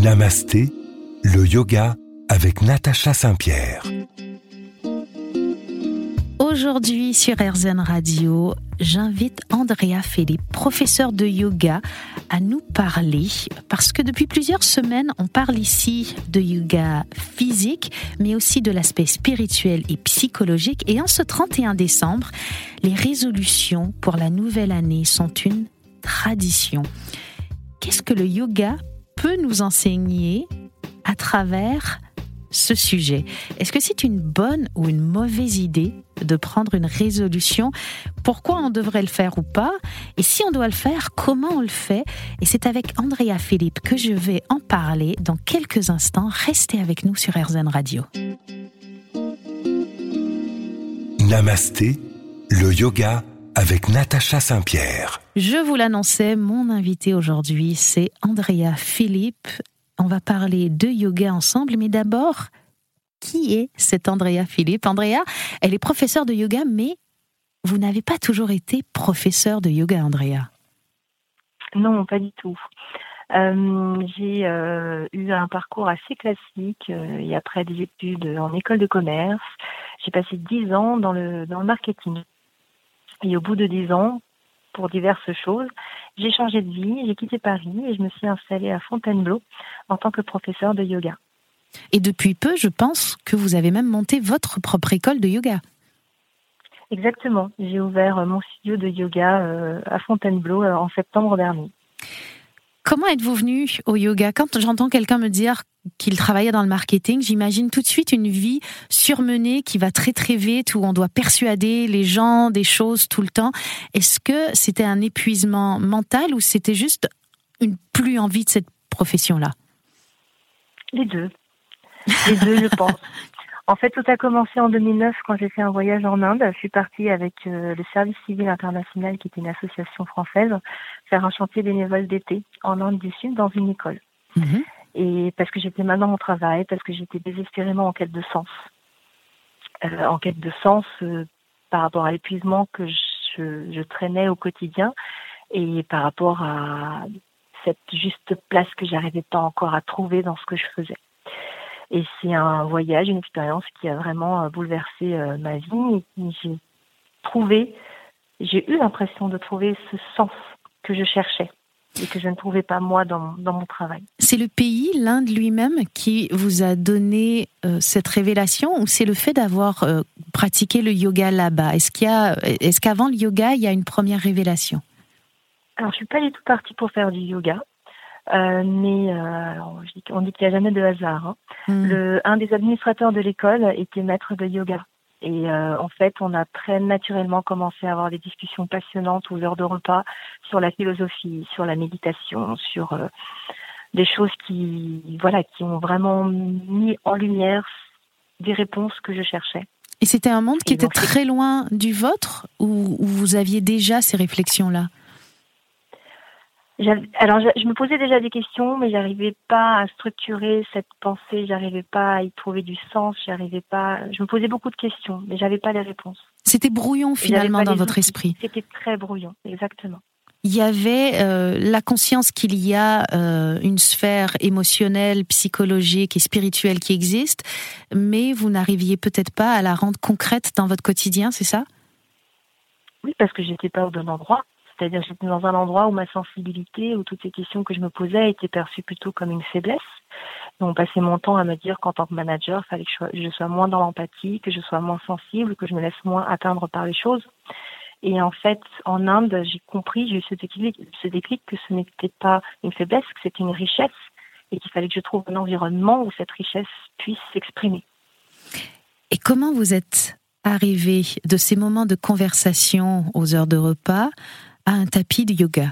Namasté, le yoga avec Natacha Saint-Pierre. Aujourd'hui sur RZN Radio, j'invite Andrea Philippe, professeur de yoga, à nous parler, parce que depuis plusieurs semaines, on parle ici de yoga physique, mais aussi de l'aspect spirituel et psychologique. Et en ce 31 décembre, les résolutions pour la nouvelle année sont une tradition. Qu'est-ce que le yoga peut nous enseigner à travers ce sujet? Est-ce que c'est une bonne ou une mauvaise idée de prendre une résolution? Pourquoi on devrait le faire ou pas? Et si on doit le faire, comment on le fait? Et c'est avec Andrea Philippe que je vais en parler dans quelques instants. Restez avec nous sur RZN Radio. Namasté, le yoga avec Natacha Saint-Pierre. Je vous l'annonçais, mon invité aujourd'hui, c'est Andrea Philippe. On va parler de yoga ensemble, mais d'abord, qui est cette Andrea Philippe? Andrea, elle est professeure de yoga, mais vous n'avez pas toujours été professeure de yoga, Andrea. Non, pas du tout. J'ai eu un parcours assez classique et après des études en école de commerce. J'ai passé 10 ans dans le marketing. Et au bout de 10 ans, pour diverses choses, j'ai changé de vie, j'ai quitté Paris et je me suis installée à Fontainebleau en tant que professeure de yoga. Et depuis peu, je pense que vous avez même monté votre propre école de yoga. Exactement. J'ai ouvert mon studio de yoga à Fontainebleau en septembre dernier. Comment êtes-vous venue au yoga? Quand j'entends quelqu'un me dire qu'il travaillait dans le marketing, j'imagine tout de suite une vie surmenée qui va très très vite, où on doit persuader les gens des choses tout le temps. Est-ce que c'était un épuisement mental ou c'était juste une plus envie de cette profession-là? Les deux, je pense. En fait, tout a commencé en 2009 quand j'ai fait un voyage en Inde. Je suis partie avec le Service Civil International, qui est une association française, faire un chantier bénévole d'été en Inde du Sud dans une école. Mmh. Et parce que j'étais mal dans mon travail, parce que j'étais désespérément en quête de sens. Par rapport à l'épuisement que je traînais au quotidien et par rapport à cette juste place que j'arrivais pas encore à trouver dans ce que je faisais. Et c'est un voyage, une expérience qui a vraiment bouleversé ma vie. Et j'ai eu l'impression de trouver ce sens que je cherchais et que je ne trouvais pas moi dans mon travail. C'est le pays, l'Inde lui-même, qui vous a donné cette révélation, ou c'est le fait d'avoir pratiqué le yoga là-bas? Est-ce qu'avant le yoga, il y a une première révélation? Alors, je suis pas du tout partie pour faire du yoga. On dit qu'il n'y a jamais de hasard. Un des administrateurs de l'école était maître de yoga. Et en fait, on a très naturellement commencé à avoir des discussions passionnantes aux heures de repas sur la philosophie, sur la méditation, sur des choses qui ont vraiment mis en lumière des réponses que je cherchais. Et c'était un monde qui était très loin du vôtre, ou vous aviez déjà ces réflexions-là? Alors, je me posais déjà des questions, mais j'arrivais pas à structurer cette pensée, j'arrivais pas à y trouver du sens, je me posais beaucoup de questions, mais j'avais pas les réponses. C'était brouillon finalement dans votre esprit. C'était très brouillon, exactement. Il y avait la conscience qu'il y a une sphère émotionnelle, psychologique et spirituelle qui existe, mais vous n'arriviez peut-être pas à la rendre concrète dans votre quotidien, c'est ça? Oui, parce que j'étais pas au bon endroit. C'est-à-dire que j'étais dans un endroit où ma sensibilité, où toutes ces questions que je me posais étaient perçues plutôt comme une faiblesse. Donc, on passait mon temps à me dire qu'en tant que manager, il fallait que je sois moins dans l'empathie, que je sois moins sensible, que je me laisse moins atteindre par les choses. Et en fait, en Inde, j'ai eu ce déclic que ce n'était pas une faiblesse, que c'était une richesse et qu'il fallait que je trouve un environnement où cette richesse puisse s'exprimer. Et comment vous êtes arrivé de ces moments de conversation aux heures de repas à un tapis de yoga?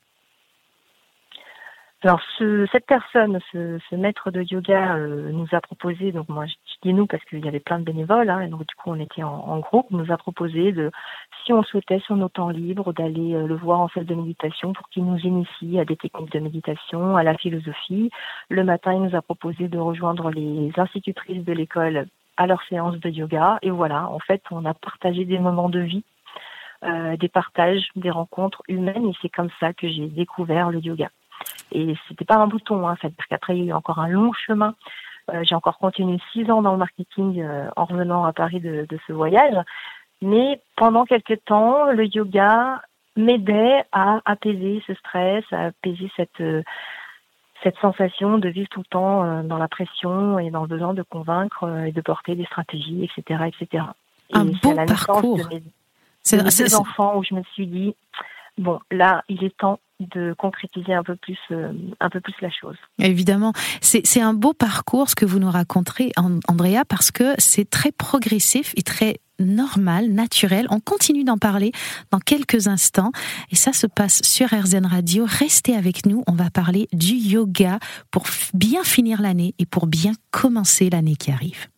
Alors, cette personne, ce maître de yoga nous a proposé, donc moi je dis nous parce qu'il y avait plein de bénévoles, et donc du coup on était en groupe, nous a proposé si on souhaitait sur nos temps libres, d'aller le voir en salle de méditation pour qu'il nous initie à des techniques de méditation, à la philosophie. Le matin, il nous a proposé de rejoindre les institutrices de l'école à leur séance de yoga, et voilà, en fait on a partagé des moments de vie, des partages, des rencontres humaines, et c'est comme ça que j'ai découvert le yoga. Et c'était pas un bouton, c'est-à-dire qu'après il y a eu encore un long chemin. J'ai encore continué 6 ans dans le marketing en revenant à Paris de ce voyage. Mais pendant quelques temps, le yoga m'aidait à apaiser ce stress, à apaiser cette sensation de vivre tout le temps dans la pression et dans le besoin de convaincre et de porter des stratégies, etc., etc. Un beau parcours. De mes 2 enfants où je me suis dit, bon, là, il est temps de concrétiser un peu plus la chose. Évidemment, c'est un beau parcours ce que vous nous raconterez, Andrea, parce que c'est très progressif et très normal, naturel. On continue d'en parler dans quelques instants et ça se passe sur RZN Radio. Restez avec nous, on va parler du yoga pour bien finir l'année et pour bien commencer l'année qui arrive.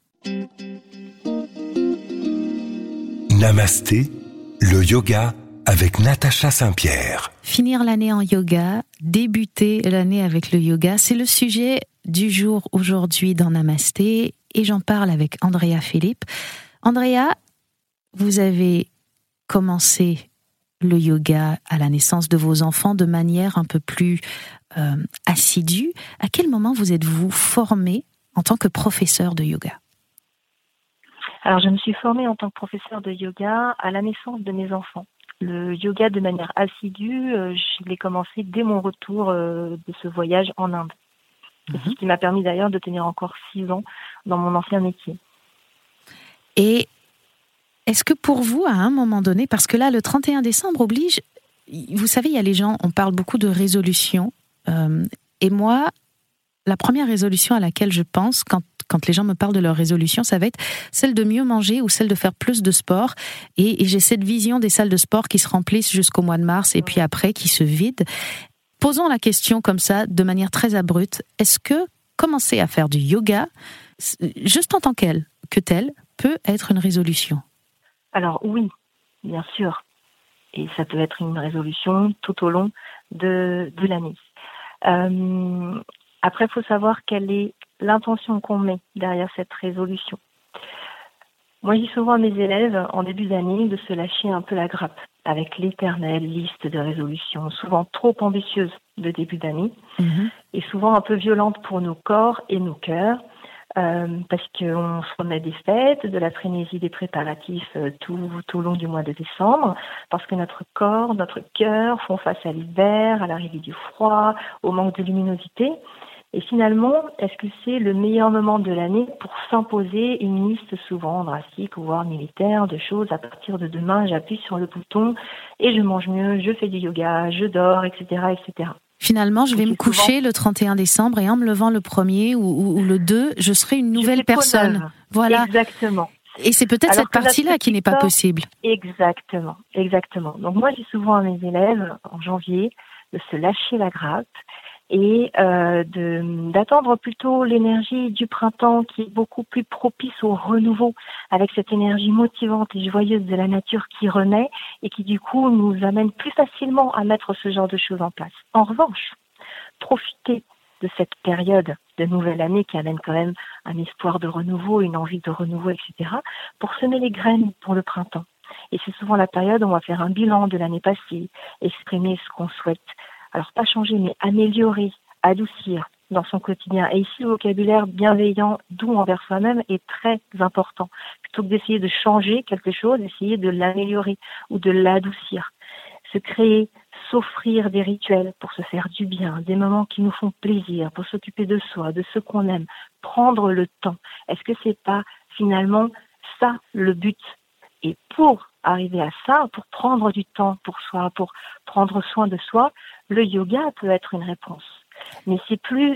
Namasté, le yoga avec Natacha Saint-Pierre. Finir l'année en yoga, débuter l'année avec le yoga, c'est le sujet du jour aujourd'hui dans Namasté et j'en parle avec Andrea Philippe. Andrea, vous avez commencé le yoga à la naissance de vos enfants de manière un peu plus assidue. À quel moment vous êtes-vous formée en tant que professeur de yoga ? Alors, je me suis formée en tant que professeur de yoga à la naissance de mes enfants. Le yoga de manière assidue, je l'ai commencé dès mon retour de ce voyage en Inde. C'est ce qui m'a permis d'ailleurs de tenir encore 6 ans dans mon ancien métier. Et est-ce que pour vous, à un moment donné, parce que là, le 31 décembre oblige, vous savez, il y a les gens, on parle beaucoup de résolutions, et moi, la première résolution à laquelle je pense, quand les gens me parlent de leur résolution, ça va être celle de mieux manger ou celle de faire plus de sport. Et j'ai cette vision des salles de sport qui se remplissent jusqu'au mois de mars et puis après qui se vident. Posons la question comme ça, de manière très abrupte. Est-ce que commencer à faire du yoga, juste en tant que tel, peut être une résolution ? Alors oui, bien sûr. Et ça peut être une résolution tout au long de l'année. Après, il faut savoir quelle est l'intention qu'on met derrière cette résolution. Moi, je dis souvent à mes élèves, en début d'année, de se lâcher un peu la grappe avec l'éternelle liste de résolutions, souvent trop ambitieuses de début d'année, et souvent un peu violentes pour nos corps et nos cœurs, parce qu'on se remet des fêtes, de la frénésie des préparatifs tout au long du mois de décembre, parce que notre corps, notre cœur font face à l'hiver, à l'arrivée du froid, au manque de luminosité. Et finalement, est-ce que c'est le meilleur moment de l'année pour s'imposer une liste souvent drastique, voire militaire, de choses à partir de demain, j'appuie sur le bouton et je mange mieux, je fais du yoga, je dors, etc., etc. Finalement, je vais me coucher le 31 décembre et en me levant le 1er ou le 2, je serai une nouvelle personne. Voilà. Exactement. Et c'est peut-être cette partie-là qui n'est pas possible. Exactement. Donc moi, je dis souvent à mes élèves, en janvier, de se lâcher la grappe et d'attendre plutôt l'énergie du printemps qui est beaucoup plus propice au renouveau, avec cette énergie motivante et joyeuse de la nature qui renaît et qui du coup nous amène plus facilement à mettre ce genre de choses en place. En revanche, profitez de cette période de nouvelle année qui amène quand même un espoir de renouveau, une envie de renouveau, etc., pour semer les graines pour le printemps. Et c'est souvent la période où on va faire un bilan de l'année passée, exprimer ce qu'on souhaite. Alors, pas changer, mais améliorer, adoucir dans son quotidien. Et ici, le vocabulaire bienveillant, doux envers soi-même est très important. Plutôt que d'essayer de changer quelque chose, essayer de l'améliorer ou de l'adoucir. Se créer, s'offrir des rituels pour se faire du bien, des moments qui nous font plaisir, pour s'occuper de soi, de ce qu'on aime. Prendre le temps. Est-ce que c'est pas finalement ça le but ? Et pour arriver à ça, pour prendre du temps pour soi, pour prendre soin de soi, le yoga peut être une réponse. Mais c'est plus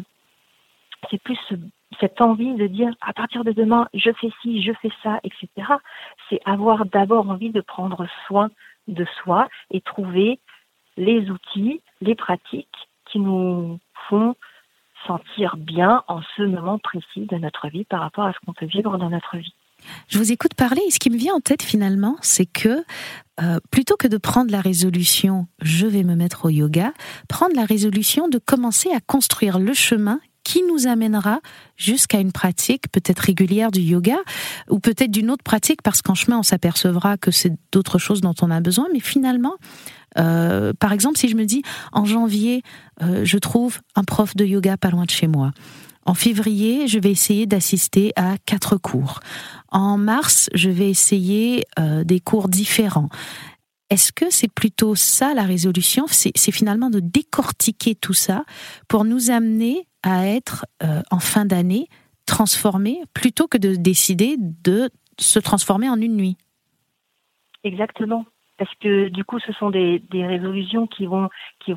cette envie de dire à partir de demain, je fais ci, je fais ça, etc. C'est avoir d'abord envie de prendre soin de soi et trouver les outils, les pratiques qui nous font sentir bien en ce moment précis de notre vie par rapport à ce qu'on peut vivre dans notre vie. Je vous écoute parler et ce qui me vient en tête finalement, c'est que plutôt que de prendre la résolution « je vais me mettre au yoga », prendre la résolution de commencer à construire le chemin qui nous amènera jusqu'à une pratique peut-être régulière du yoga ou peut-être d'une autre pratique parce qu'en chemin on s'apercevra que c'est d'autres choses dont on a besoin, mais finalement Par exemple, si je me dis, en janvier, je trouve un prof de yoga pas loin de chez moi. En février, je vais essayer d'assister à 4 cours. En mars, je vais essayer des cours différents. Est-ce que c'est plutôt ça la résolution ? C'est finalement de décortiquer tout ça pour nous amener à être en fin d'année transformés plutôt que de décider de se transformer en une nuit. Exactement. Parce que du coup, ce sont des résolutions qui vont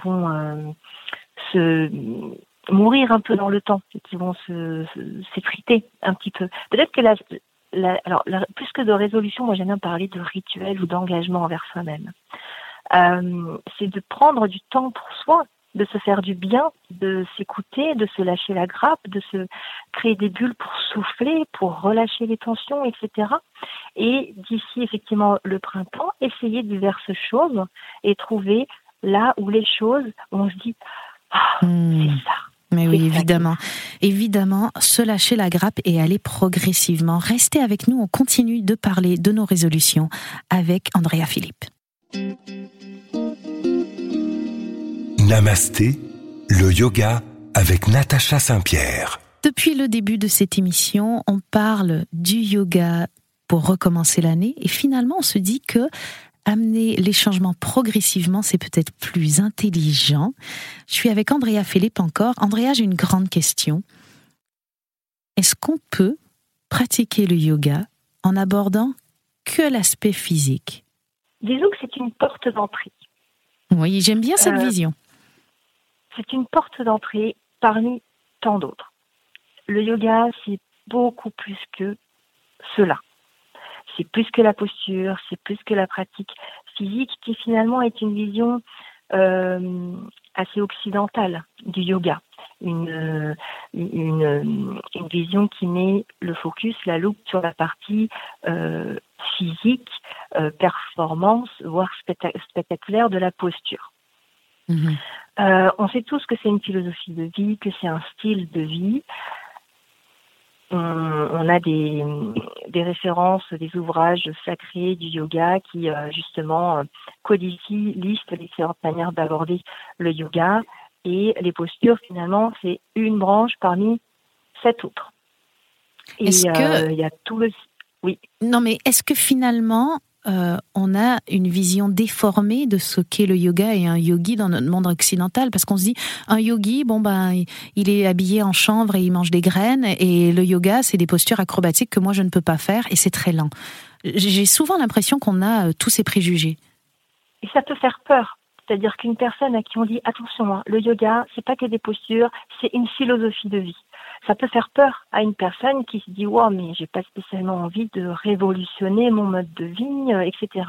se mourir un peu dans le temps, qui vont s'effriter un petit peu. Peut-être que plus que de résolution, moi j'aime bien parler de rituel ou d'engagement envers soi-même. C'est de prendre du temps pour soi, de se faire du bien, de s'écouter, de se lâcher la grappe, de se créer des bulles pour souffler, pour relâcher les tensions, etc. Et d'ici effectivement le printemps, essayer diverses choses et trouver là où les choses où on se dit c'est ça. Mais oui, évidemment, se lâcher la grappe et aller progressivement. Restez avec nous, on continue de parler de nos résolutions avec Andrea Philippe. Namasté, le yoga avec Natacha Saint-Pierre. Depuis le début de cette émission, on parle du yoga pour recommencer l'année et finalement on se dit que amener les changements progressivement, c'est peut-être plus intelligent. Je suis avec Andrea Philippe encore. Andrea, j'ai une grande question. Est-ce qu'on peut pratiquer le yoga en abordant que l'aspect physique ? Disons que c'est une porte d'entrée. Oui, j'aime bien cette vision. C'est une porte d'entrée parmi tant d'autres. Le yoga, c'est beaucoup plus que cela. C'est plus que la posture, c'est plus que la pratique physique, qui finalement est une vision assez occidentale du yoga. Une vision qui met le focus, la loupe sur la partie physique, performance, voire spectaculaire de la posture. Mmh. On sait tous que c'est une philosophie de vie, que c'est un style de vie. On a des références, des ouvrages sacrés du yoga qui justement codifient, listent les différentes manières d'aborder le yoga, et les postures finalement c'est une branche parmi 7 autres. Et il y a tout le... Oui. Non mais est-ce que finalement on a une vision déformée de ce qu'est le yoga et un yogi dans notre monde occidental, parce qu'on se dit un yogi, il est habillé en chanvre et il mange des graines, et le yoga c'est des postures acrobatiques que moi je ne peux pas faire et c'est très lent. J'ai souvent l'impression qu'on a tous ces préjugés. Et ça peut faire peur. C'est-à-dire qu'une personne à qui on dit attention, le yoga, c'est pas que des postures, c'est une philosophie de vie. Ça peut faire peur à une personne qui se dit wow, mais j'ai pas spécialement envie de révolutionner mon mode de vie, etc.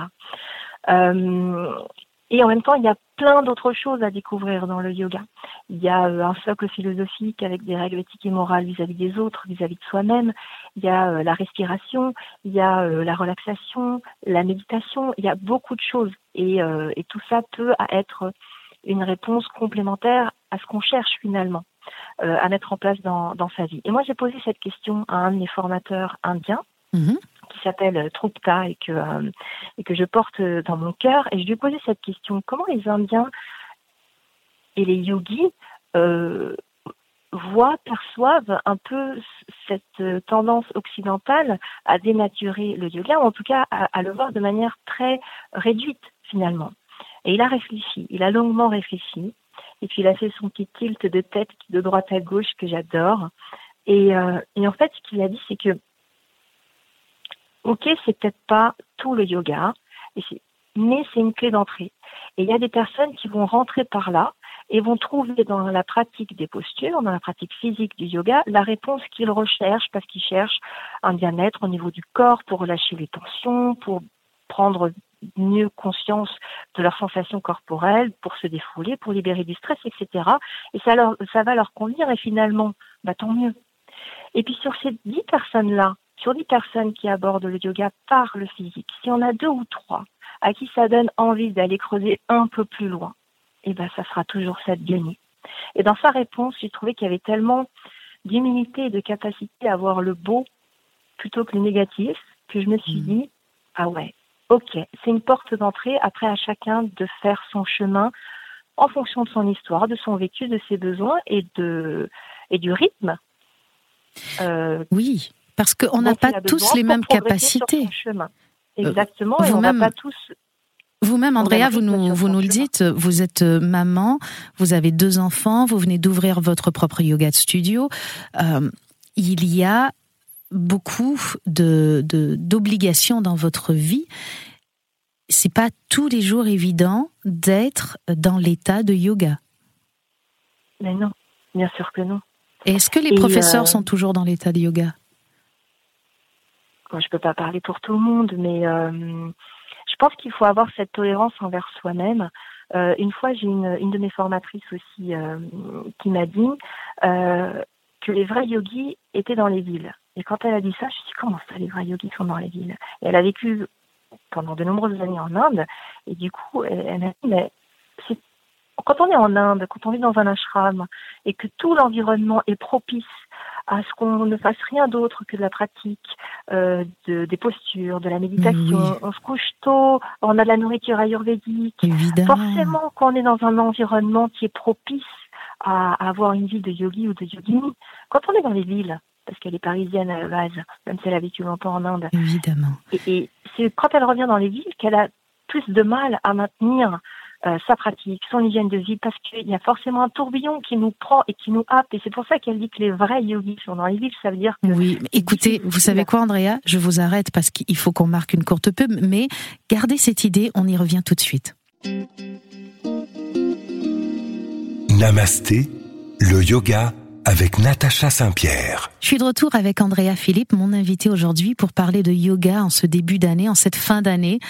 Et en même temps, il y a plein d'autres choses à découvrir dans le yoga. Il y a un socle philosophique avec des règles éthiques et morales vis-à-vis des autres, vis-à-vis de soi-même. Il y a la respiration, il y a la relaxation, la méditation. Il y a beaucoup de choses. Et tout ça peut être une réponse complémentaire à ce qu'on cherche finalement à mettre en place dans sa vie. Et moi, j'ai posé cette question à un de mes formateurs indiens, qui s'appelle Trupta et que je porte dans mon cœur. Et je lui ai posé cette question: comment les Indiens et les yogis perçoivent un peu cette tendance occidentale à dénaturer le yoga, ou en tout cas à le voir de manière très réduite finalement. Et il a réfléchi, il a longuement réfléchi, et puis il a fait son petit tilt de tête de droite à gauche que j'adore. Et en fait, ce qu'il a dit, c'est que ok, c'est peut-être pas tout le yoga, mais c'est une clé d'entrée. Et il y a des personnes qui vont rentrer par là et vont trouver dans la pratique des postures, dans la pratique physique du yoga, la réponse qu'ils recherchent, parce qu'ils cherchent un bien-être au niveau du corps pour relâcher les tensions, pour prendre mieux conscience de leurs sensations corporelles, pour se défouler, pour libérer du stress, etc. Et ça va leur convenir, et finalement, tant mieux. Et puis sur ces 10 personnes-là, sur 10 personnes qui abordent le yoga par le physique, si on a 2 ou 3 à qui ça donne envie d'aller creuser un peu plus loin, ça sera toujours ça de gagner. Et dans sa réponse, j'ai trouvé qu'il y avait tellement d'humilité et de capacité à voir le beau plutôt que le négatif, que je me suis dit, ah ouais, ok, c'est une porte d'entrée. Après, à chacun de faire son chemin en fonction de son histoire, de son vécu, de ses besoins et du rythme. Oui, parce qu'on n'a pas tous les mêmes capacités. Exactement, et on n'a pas tous... Vous-même, Andrea, vous nous le dites, vous êtes maman, vous avez 2 enfants, vous venez d'ouvrir votre propre yoga studio. Il y a beaucoup d'obligations dans votre vie. C'est pas tous les jours évident d'être dans l'état de yoga. Mais non, bien sûr que non. Et est-ce que les professeurs sont toujours dans l'état de yoga ? Moi, je peux pas parler pour tout le monde, mais je pense qu'il faut avoir cette tolérance envers soi-même. Une fois, j'ai une de mes formatrices aussi qui m'a dit que les vrais yogis étaient dans les villes. Et quand elle a dit ça, je me suis dit, comment ça, les vrais yogis sont dans les villes ? Et elle a vécu pendant de nombreuses années en Inde, et du coup, elle m'a dit, mais quand on est en Inde, quand on vit dans un ashram, et que tout l'environnement est propice à ce qu'on ne fasse rien d'autre que de la pratique, des postures, de la méditation. Oui. On se couche tôt, on a de la nourriture ayurvédique. Évidemment. Forcément, quand on est dans un environnement qui est propice à avoir une vie de yogi ou de yogini, quand on est dans les villes, parce qu'elle est parisienne à la base, même si elle a vécu longtemps en Inde. Évidemment. Et c'est quand elle revient dans les villes qu'elle a plus de mal à maintenir sa pratique, son hygiène de vie, parce qu'il y a forcément un tourbillon qui nous prend et qui nous happe. Et c'est pour ça qu'elle dit que les vrais yogis sont dans les villes. Ça veut dire que... Oui, mais écoutez, vous savez quoi, Andrea ? Je vous arrête parce qu'il faut qu'on marque une courte pub, mais gardez cette idée, on y revient tout de suite. Namasté, le yoga avec Natacha Saint-Pierre. Je suis de retour avec Andrea Philippe, mon invité aujourd'hui, pour parler de yoga en ce début d'année, en cette fin d'année.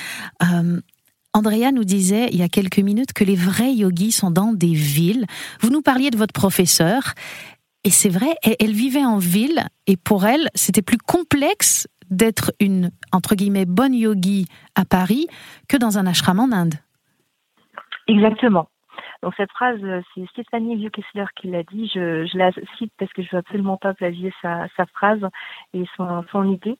Andrea nous disait il y a quelques minutes que les vrais yogis sont dans des villes. Vous nous parliez de votre professeure, et c'est vrai, elle vivait en ville, et pour elle, c'était plus complexe d'être une, entre guillemets, bonne yogi à Paris que dans un ashram en Inde. Exactement. Donc cette phrase, c'est Stéphanie Vieux-Kessler qui l'a dit. Je la cite parce que je veux absolument pas plagier sa phrase et son idée.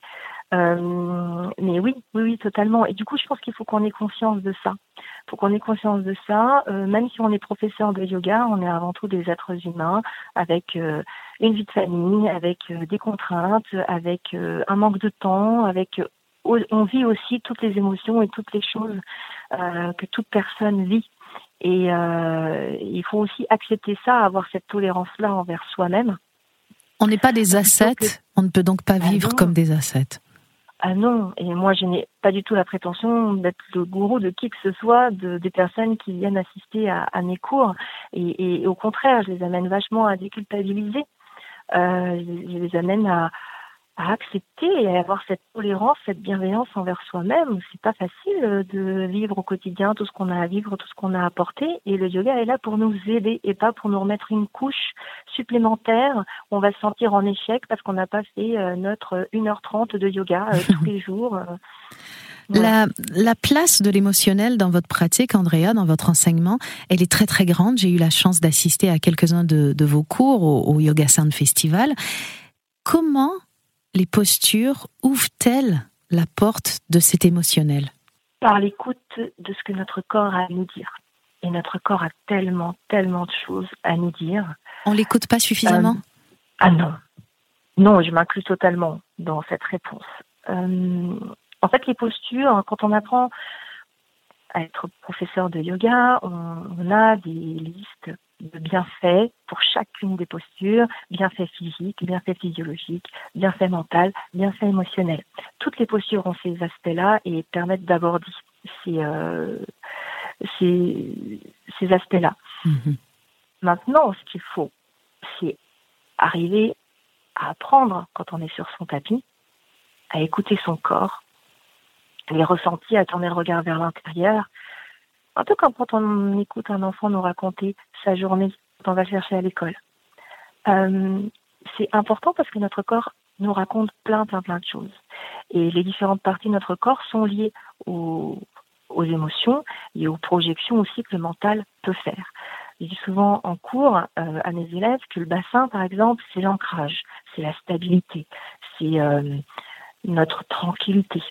Mais oui, totalement. Et du coup, je pense qu'il faut qu'on ait conscience de ça. Faut qu'on ait conscience de ça. Même si on est professeur de yoga, on est avant tout des êtres humains avec une vie de famille, avec des contraintes, avec un manque de temps, avec on vit aussi toutes les émotions et toutes les choses que toute personne vit. Et il faut aussi accepter ça, avoir cette tolérance-là envers soi-même. On n'est pas des ascètes, on ne peut donc pas vivre comme des ascètes. Ah non, et moi je n'ai pas du tout la prétention d'être le gourou de qui que ce soit, des personnes qui viennent assister à mes cours. Et au contraire, je les amène vachement à déculpabiliser. Je les amène à accepter et à avoir cette tolérance, cette bienveillance envers soi-même. C'est pas facile de vivre au quotidien tout ce qu'on a à vivre, tout ce qu'on a à apporter. Et le yoga est là pour nous aider et pas pour nous remettre une couche supplémentaire. On va se sentir en échec parce qu'on n'a pas fait notre 1h30 de yoga tous les jours. Voilà. La place de l'émotionnel dans votre pratique, Andrea, dans votre enseignement, elle est très très grande. J'ai eu la chance d'assister à quelques-uns de vos cours au Yoga Sound Festival. Comment les postures ouvrent-elles la porte de cet émotionnel ? Par l'écoute de ce que notre corps a à nous dire. Et notre corps a tellement de choses à nous dire. On l'écoute pas suffisamment ? Ah non. Non, je m'inclus totalement dans cette réponse. En fait, les postures, quand on apprend à être professeur de yoga, on a des listes de bienfaits pour chacune des postures, bienfaits physiques, bienfaits physiologiques, bienfaits mentaux, bienfaits émotionnels. Toutes les postures ont ces aspects-là et permettent d'aborder ces aspects-là. Mm-hmm. Maintenant, ce qu'il faut, c'est arriver à apprendre, quand on est sur son tapis, à écouter son corps, les ressentis, à tourner le regard vers l'intérieur. Un peu comme quand on écoute un enfant nous raconter sa journée quand on va le chercher à l'école. C'est important parce que notre corps nous raconte plein de choses. Et les différentes parties de notre corps sont liées aux émotions et aux projections aussi que le mental peut faire. Je dis souvent en cours à mes élèves que le bassin, par exemple, c'est l'ancrage, c'est la stabilité, c'est notre tranquillité.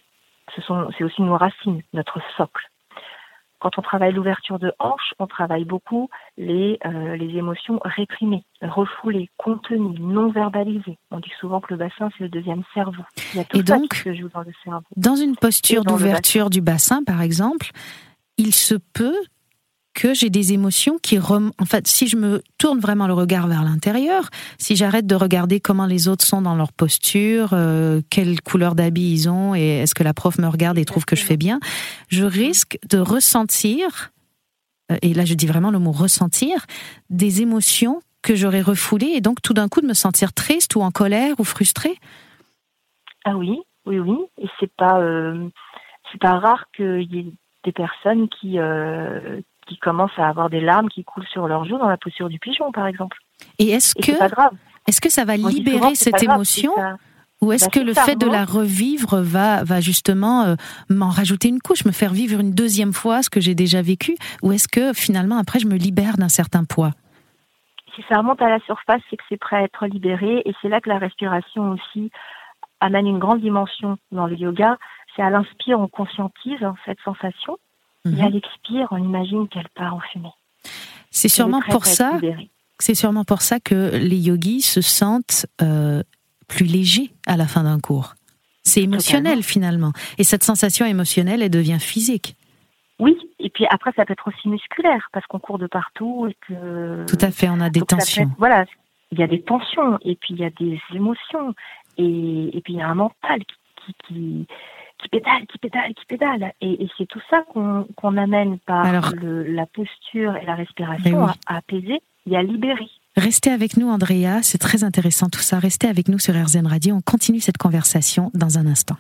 c'est aussi nos racines, notre socle. Quand on travaille l'ouverture de hanche, on travaille beaucoup les émotions réprimées, refoulées, contenues, non verbalisées. On dit souvent que le bassin, c'est le deuxième cerveau. Il y a tout ça qui se joue dans le cerveau. Dans une posture d'ouverture du bassin, par exemple, il se peut que j'ai des émotions en fait, si je me tourne vraiment le regard vers l'intérieur, si j'arrête de regarder comment les autres sont dans leur posture, quelle couleur d'habit ils ont, et est-ce que la prof me regarde et trouve que je fais bien, je risque de ressentir, et là je dis vraiment le mot ressentir, des émotions que j'aurais refoulées, et donc tout d'un coup de me sentir triste ou en colère ou frustrée. Ah oui, et c'est pas rare qu'il y ait des personnes qui commencent à avoir des larmes qui coulent sur leurs joues dans la posture du pigeon, par exemple. Et c'est pas grave. Est-ce que ça va libérer cette émotion, ou est-ce que le fait de la revivre va justement m'en rajouter une couche, me faire vivre une deuxième fois ce que j'ai déjà vécu, ou est-ce que finalement après je me libère d'un certain poids? Si ça remonte à la surface, c'est que c'est prêt à être libéré, et c'est là que la respiration aussi amène une grande dimension dans le yoga. C'est à l'inspire, on conscientise cette sensation. Et à l'expire, on imagine qu'elle part en fumée. C'est sûrement pour ça que les yogis se sentent plus légers à la fin d'un cours. C'est émotionnel finalement. Et cette sensation émotionnelle, elle devient physique. Oui, et puis après, ça peut être aussi musculaire, parce qu'on court de partout. Et que... Tout à fait, on a des tensions. Voilà, il y a des tensions, et puis il y a des émotions, et puis il y a un mental qui pédale. Et c'est tout ça qu'on amène par la posture et la respiration à apaiser et à libérer. Restez avec nous, Andrea, c'est très intéressant tout ça. Restez avec nous sur RZN Radio, on continue cette conversation dans un instant.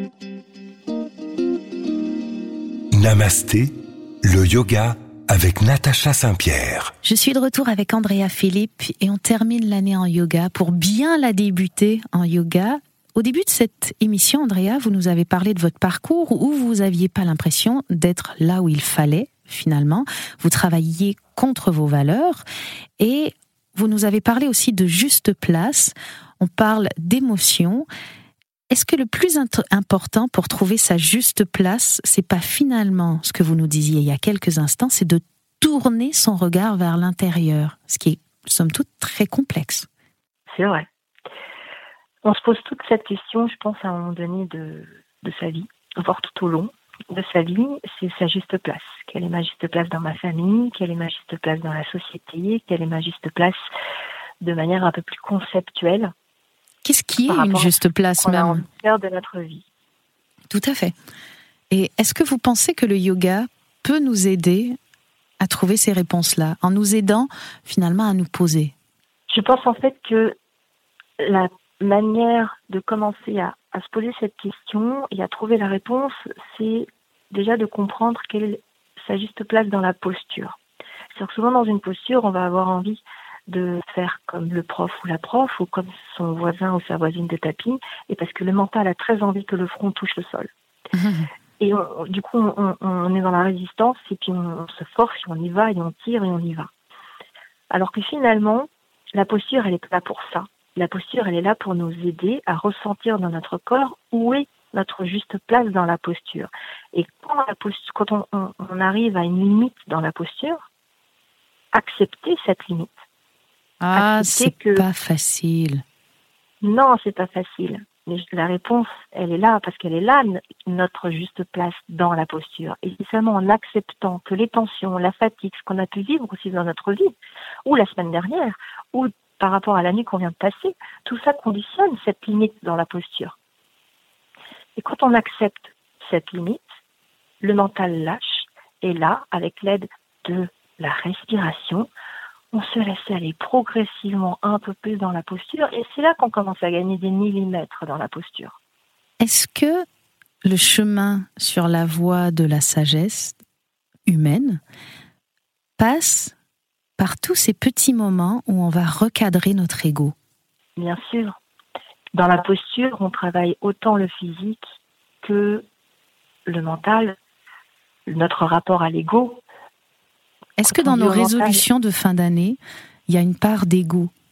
Namasté, le yoga avec Natacha Saint-Pierre. Je suis de retour avec Andrea Philippe et on termine l'année en yoga pour bien la débuter en yoga. Au début de cette émission, Andrea, vous nous avez parlé de votre parcours où vous n'aviez pas l'impression d'être là où il fallait, finalement. Vous travailliez contre vos valeurs et vous nous avez parlé aussi de juste place. On parle d'émotion. Est-ce que le plus important pour trouver sa juste place, c'est pas finalement ce que vous nous disiez il y a quelques instants, c'est de tourner son regard vers l'intérieur, ce qui est, somme toute, très complexe. C'est vrai. On se pose toute cette question, je pense, à un moment donné de sa vie, voire tout au long de sa vie, c'est sa juste place. Quelle est ma juste place dans ma famille? Quelle est ma juste place dans la société? Quelle est ma juste place de manière un peu plus conceptuelle? Qu'est-ce qui est une juste place même? On a envie de faire de notre vie. Tout à fait. Et est-ce que vous pensez que le yoga peut nous aider à trouver ces réponses-là, en nous aidant finalement à nous poser? Je pense en fait que la manière de commencer à se poser cette question et à trouver la réponse, c'est déjà de comprendre quelle est sa juste place dans la posture. C'est-à-dire que souvent dans une posture, on va avoir envie de faire comme le prof ou la prof, ou comme son voisin ou sa voisine de tapis, et parce que le mental a très envie que le front touche le sol. Et du coup, on est dans la résistance, et puis on se force, et on y va, et on tire, et on y va. Alors que finalement, la posture, elle est là pour ça. La posture, elle est là pour nous aider à ressentir dans notre corps où est notre juste place dans la posture. Et quand on arrive à une limite dans la posture, accepter cette limite. Ah, c'est pas facile. Non, c'est pas facile. Mais la réponse, elle est là, parce qu'elle est là, notre juste place dans la posture. Et c'est seulement en acceptant que les tensions, la fatigue, ce qu'on a pu vivre aussi dans notre vie, ou la semaine dernière, ou par rapport à la nuit qu'on vient de passer, tout ça conditionne cette limite dans la posture. Et quand on accepte cette limite, le mental lâche, et là, avec l'aide de la respiration, on se laisse aller progressivement un peu plus dans la posture, et c'est là qu'on commence à gagner des millimètres dans la posture. Est-ce que le chemin sur la voie de la sagesse humaine passe par tous ces petits moments où on va recadrer notre ego? Bien sûr. Dans la posture, on travaille autant le physique que le mental, notre rapport à l'ego. Est-ce que dans nos résolutions de fin d'année, il y a une part d'ego?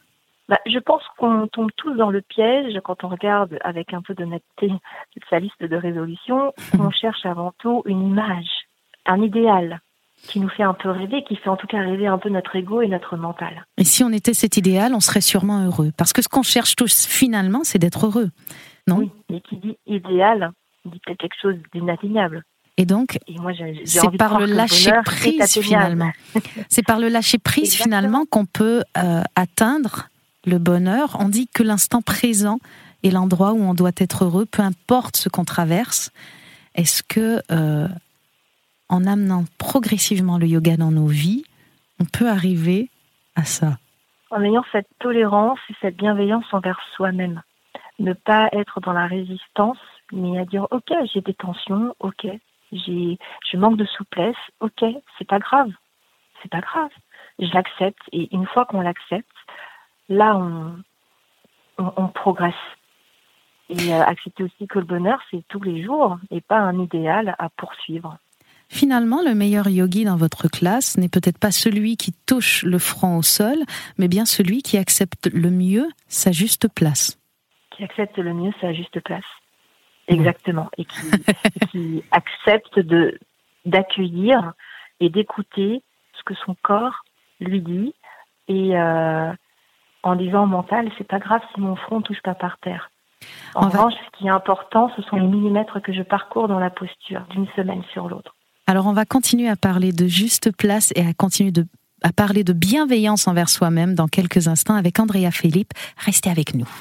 Je pense qu'on tombe tous dans le piège quand on regarde avec un peu d'honnêteté sa liste de résolutions. On cherche avant tout une image, un idéal qui nous fait un peu rêver, qui fait en tout cas rêver un peu notre ego et notre mental. Et si on était cet idéal, on serait sûrement heureux. Parce que ce qu'on cherche tous finalement, c'est d'être heureux, non ? Oui, et qui dit idéal, dit peut-être quelque chose d'inatteignable. Et donc, moi, c'est par le lâcher-prise finalement. C'est par le lâcher-prise finalement qu'on peut atteindre le bonheur. On dit que l'instant présent est l'endroit où on doit être heureux, peu importe ce qu'on traverse. Est-ce que, en amenant progressivement le yoga dans nos vies, on peut arriver à ça ? En ayant cette tolérance et cette bienveillance envers soi-même. Ne pas être dans la résistance, mais à dire « Ok, j'ai des tensions, ok. Je manque de souplesse, ok, c'est pas grave. Je l'accepte, et une fois qu'on l'accepte, là, on progresse. Et accepter aussi que le bonheur, c'est tous les jours, et pas un idéal à poursuivre. Finalement, le meilleur yogi dans votre classe n'est peut-être pas celui qui touche le front au sol, mais bien celui qui accepte le mieux sa juste place. Qui accepte le mieux sa juste place. Exactement. Et qui accepte d'accueillir et d'écouter ce que son corps lui dit. Et en disant au mental, c'est pas grave si mon front ne touche pas par terre. En revanche, ce qui est important, ce sont les millimètres que je parcours dans la posture d'une semaine sur l'autre. Alors on va continuer à parler de juste place et à continuer à parler de bienveillance envers soi-même dans quelques instants avec Andrea Philippe. Restez avec nous.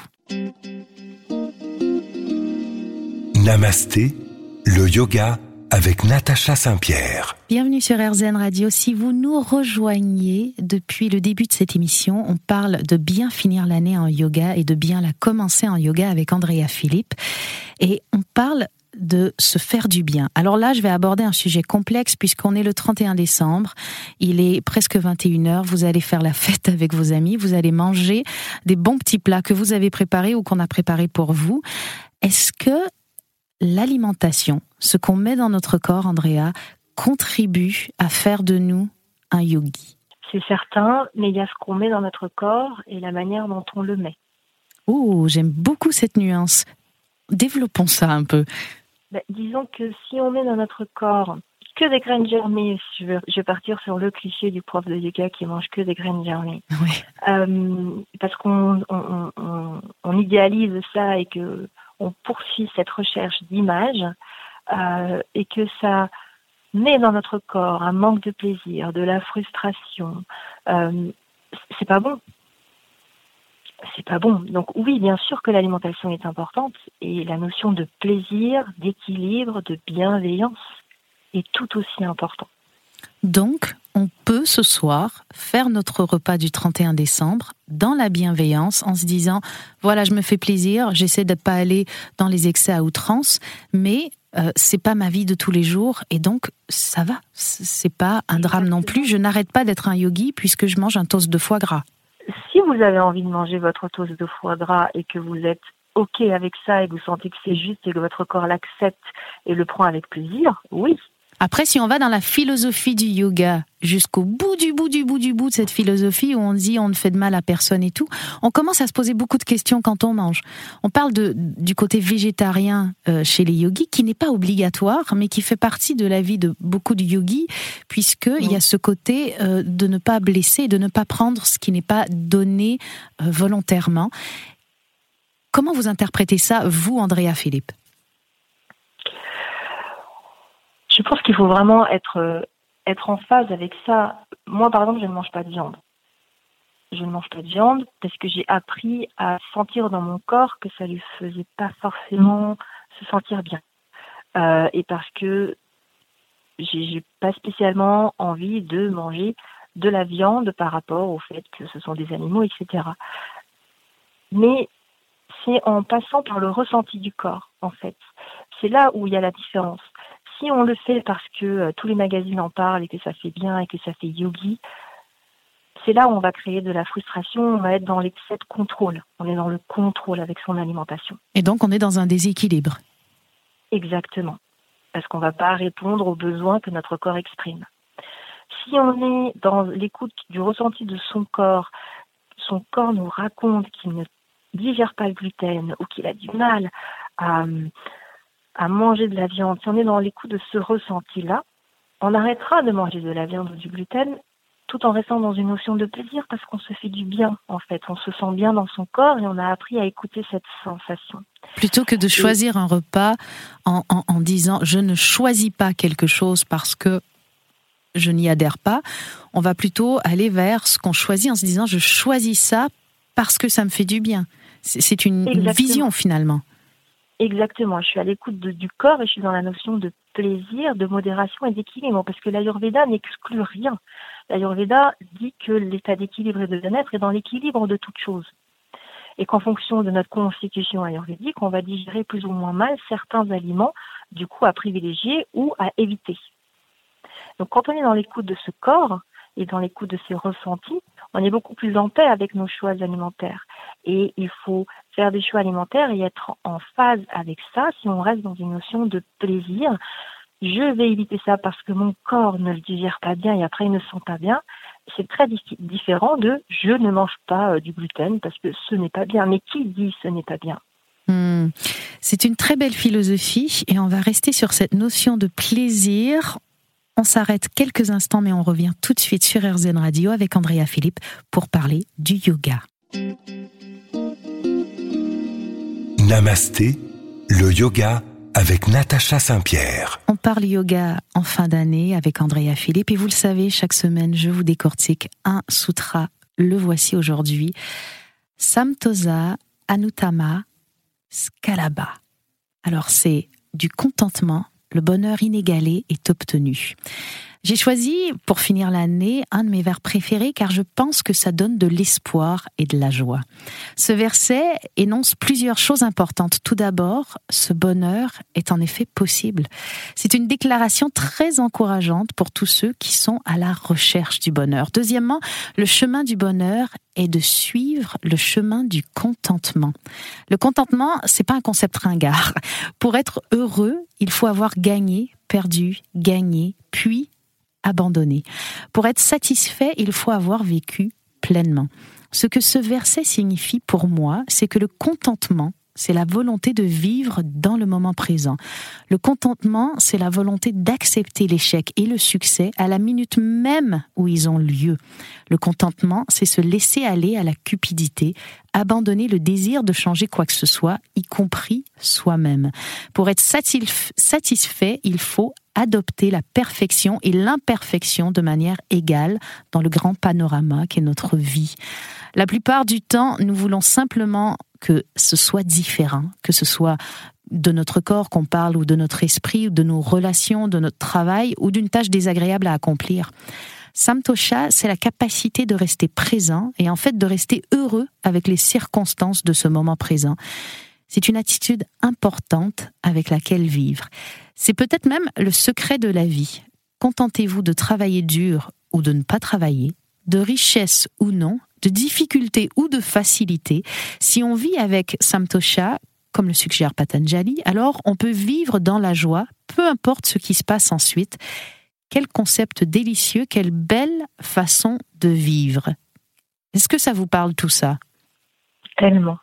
Namasté, le yoga avec Natacha Saint-Pierre. Bienvenue sur RZN Radio. Si vous nous rejoignez depuis le début de cette émission, on parle de bien finir l'année en yoga et de bien la commencer en yoga avec Andrea Philippe. Et on parle de se faire du bien. Alors là, je vais aborder un sujet complexe puisqu'on est le 31 décembre. Il est presque 21h. Vous allez faire la fête avec vos amis. Vous allez manger des bons petits plats que vous avez préparés ou qu'on a préparés pour vous. Est-ce que l'alimentation, ce qu'on met dans notre corps, Andrea, contribue à faire de nous un yogi? C'est certain, mais il y a ce qu'on met dans notre corps et la manière dont on le met. Oh, j'aime beaucoup cette nuance. Développons ça un peu. Disons que si on met dans notre corps que des graines germées, je vais partir sur le cliché du prof de yoga qui mange que des graines germées. Oui. Parce qu'on idéalise ça et que on poursuit cette recherche d'image et que ça met dans notre corps un manque de plaisir, de la frustration. C'est pas bon. C'est pas bon. Donc oui, bien sûr que l'alimentation est importante et la notion de plaisir, d'équilibre, de bienveillance est tout aussi important. Donc, on peut ce soir faire notre repas du 31 décembre dans la bienveillance en se disant, voilà, je me fais plaisir, j'essaie de ne pas aller dans les excès à outrance, mais c'est pas ma vie de tous les jours et donc ça va. C'est pas un drame non plus. Je n'arrête pas d'être un yogi puisque je mange un toast de foie gras. Si vous avez envie de manger votre toast de foie gras et que vous êtes OK avec ça et que vous sentez que c'est juste et que votre corps l'accepte et le prend avec plaisir, oui. Après, si on va dans la philosophie du yoga, jusqu'au bout de cette philosophie où on dit on ne fait de mal à personne et tout, on commence à se poser beaucoup de questions quand on mange. On parle du côté végétarien chez les yogis, qui n'est pas obligatoire, mais qui fait partie de la vie de beaucoup de yogis, puisqu'il y a ce côté de ne pas blesser, de ne pas prendre ce qui n'est pas donné volontairement. Comment vous interprétez ça, vous, Andrea Philippe ? Je pense qu'il faut vraiment être en phase avec ça. Moi, par exemple, je ne mange pas de viande. Je ne mange pas de viande parce que j'ai appris à sentir dans mon corps que ça ne lui faisait pas forcément se sentir bien. Et parce que j'ai pas spécialement envie de manger de la viande par rapport au fait que ce sont des animaux, etc. Mais c'est en passant par le ressenti du corps, en fait. C'est là où il y a la différence. Si on le fait parce que tous les magazines en parlent et que ça fait bien et que ça fait yogi, c'est là où on va créer de la frustration, on va être dans l'excès de contrôle. On est dans le contrôle avec son alimentation. Et donc on est dans un déséquilibre. Exactement. Parce qu'on ne va pas répondre aux besoins que notre corps exprime. Si on est dans l'écoute du ressenti de son corps, son corps nous raconte qu'il ne digère pas le gluten ou qu'il a du mal à manger de la viande, si on est dans l'écoute de ce ressenti-là, on arrêtera de manger de la viande ou du gluten tout en restant dans une notion de plaisir parce qu'on se fait du bien, en fait. On se sent bien dans son corps et on a appris à écouter cette sensation. Plutôt que de choisir un repas en disant « je ne choisis pas quelque chose parce que je n'y adhère pas », on va plutôt aller vers ce qu'on choisit en se disant « je choisis ça parce que ça me fait du bien ». C'est une vision finalement. Exactement, je suis à l'écoute du corps et je suis dans la notion de plaisir, de modération et d'équilibre, parce que l'Ayurveda n'exclut rien. L'Ayurveda dit que l'état d'équilibre et de bien-être est dans l'équilibre de toute chose. Et qu'en fonction de notre constitution ayurvédique, on va digérer plus ou moins mal certains aliments, du coup à privilégier ou à éviter. Donc quand on est dans l'écoute de ce corps et dans l'écoute de ses ressentis, on est beaucoup plus en paix avec nos choix alimentaires. Et il faut faire des choix alimentaires et être en phase avec ça si on reste dans une notion de plaisir. Je vais éviter ça parce que mon corps ne le digère pas bien et après il ne se sent pas bien. C'est très différent de je ne mange pas du gluten parce que ce n'est pas bien. Mais qui dit ce n'est pas bien ? C'est une très belle philosophie et on va rester sur cette notion de plaisir. On s'arrête quelques instants mais on revient tout de suite sur RZN Radio avec Andrea Philippe pour parler du yoga. Namasté, le yoga avec Natacha Saint-Pierre. On parle yoga en fin d'année avec Andrea Philippe et vous le savez, chaque semaine je vous décortique un sutra. Le voici aujourd'hui. Samtosa Anuttama Skalabha. Alors c'est du contentement, le bonheur inégalé est obtenu. J'ai choisi, pour finir l'année, un de mes vers préférés car je pense que ça donne de l'espoir et de la joie. Ce verset énonce plusieurs choses importantes. Tout d'abord, ce bonheur est en effet possible. C'est une déclaration très encourageante pour tous ceux qui sont à la recherche du bonheur. Deuxièmement, le chemin du bonheur est de suivre le chemin du contentement. Le contentement, c'est pas un concept ringard. Pour être heureux, il faut avoir gagné, perdu, gagné, puis abandonné. Pour être satisfait, il faut avoir vécu pleinement. Ce que ce verset signifie pour moi, c'est que le contentement, c'est la volonté de vivre dans le moment présent. Le contentement, c'est la volonté d'accepter l'échec et le succès à la minute même où ils ont lieu. Le contentement, c'est se laisser aller à la cupidité, abandonner le désir de changer quoi que ce soit, y compris soi-même. Pour être satisfait, il faut adopter la perfection et l'imperfection de manière égale dans le grand panorama qu'est notre vie. La plupart du temps, nous voulons simplement que ce soit différent, que ce soit de notre corps qu'on parle ou de notre esprit ou de nos relations, de notre travail ou d'une tâche désagréable à accomplir. Samtosha, c'est la capacité de rester présent et en fait de rester heureux avec les circonstances de ce moment présent. C'est une attitude importante avec laquelle vivre. C'est peut-être même le secret de la vie. Contentez-vous de travailler dur ou de ne pas travailler, de richesse ou non, de difficulté ou de facilité. Si on vit avec Samtosha, comme le suggère Patanjali, alors on peut vivre dans la joie, peu importe ce qui se passe ensuite. Quel concept délicieux, quelle belle façon de vivre. Est-ce que ça vous parle tout ça ? Tellement.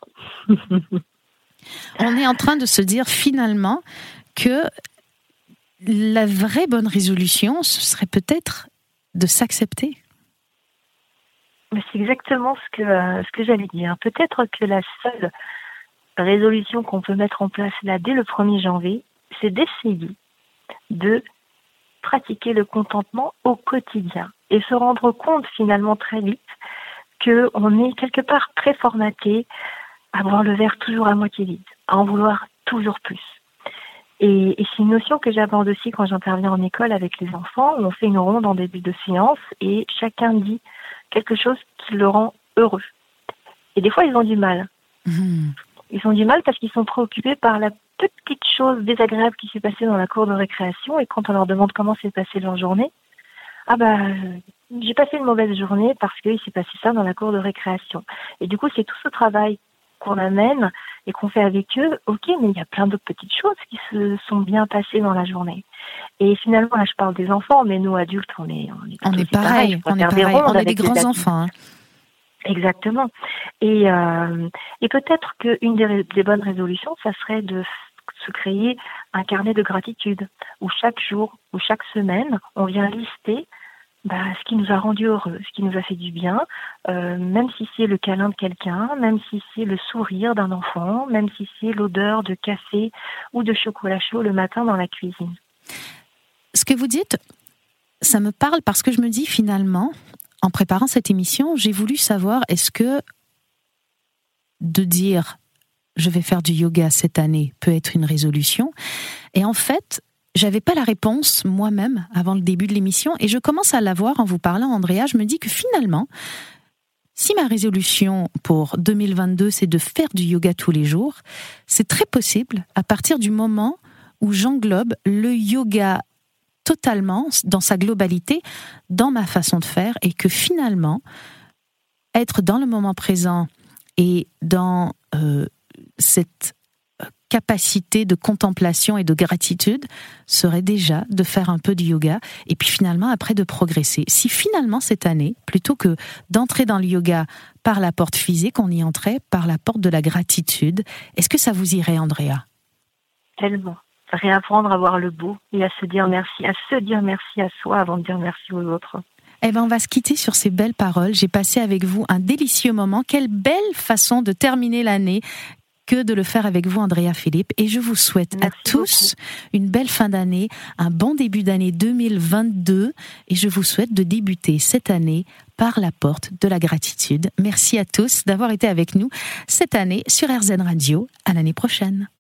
On est en train de se dire finalement que la vraie bonne résolution, ce serait peut-être de s'accepter. Mais c'est exactement ce que j'allais dire. Peut-être que la seule résolution qu'on peut mettre en place là dès le 1er janvier, c'est d'essayer de pratiquer le contentement au quotidien et se rendre compte finalement très vite qu'on est quelque part très formaté à voir le verre toujours à moitié vide, à en vouloir toujours plus. Et c'est une notion que j'aborde aussi quand j'interviens en école avec les enfants. On fait une ronde en début de séance et chacun dit quelque chose qui le rend heureux. Et des fois, ils ont du mal. Ils ont du mal parce qu'ils sont préoccupés par la petite chose désagréable qui s'est passée dans la cour de récréation et quand on leur demande comment s'est passée leur journée, j'ai passé une mauvaise journée parce qu'il s'est passé ça dans la cour de récréation. Et du coup, c'est tout ce travail qu'on amène et qu'on fait avec eux. Ok, mais il y a plein d'autres petites choses qui se sont bien passées dans la journée. Et finalement, là, je parle des enfants, mais nous, adultes, on est pareil. On est des grands enfants. Exactement. Et peut-être qu'une des bonnes résolutions, ça serait de se créer un carnet de gratitude où chaque jour ou chaque semaine, on vient lister ce qui nous a rendu heureux, ce qui nous a fait du bien, même si c'est le câlin de quelqu'un, même si c'est le sourire d'un enfant, même si c'est l'odeur de café ou de chocolat chaud le matin dans la cuisine. Ce que vous dites, ça me parle parce que je me dis finalement, en préparant cette émission, j'ai voulu savoir est-ce que de dire je vais faire du yoga cette année peut être une résolution. Et en fait, j'avais pas la réponse moi-même avant le début de l'émission et je commence à l'avoir en vous parlant, Andrea. Je me dis que finalement, si ma résolution pour 2022, c'est de faire du yoga tous les jours, c'est très possible à partir du moment où j'englobe le yoga totalement, dans sa globalité, dans ma façon de faire et que finalement, être dans le moment présent et dans cette capacité de contemplation et de gratitude serait déjà de faire un peu de yoga et puis finalement après de progresser. Si finalement cette année, plutôt que d'entrer dans le yoga par la porte physique, on y entrait par la porte de la gratitude, est-ce que ça vous irait, Andrea ? Tellement. Réapprendre à voir le beau et à se dire merci à soi avant de dire merci aux autres. Eh bien, on va se quitter sur ces belles paroles. J'ai passé avec vous un délicieux moment. Quelle belle façon de terminer l'année que de le faire avec vous, Andrea Philippe. Et je vous souhaite à tous une belle fin d'année, un bon début d'année 2022. Et je vous souhaite de débuter cette année par la porte de la gratitude. Merci à tous d'avoir été avec nous cette année sur RZN Radio. À l'année prochaine.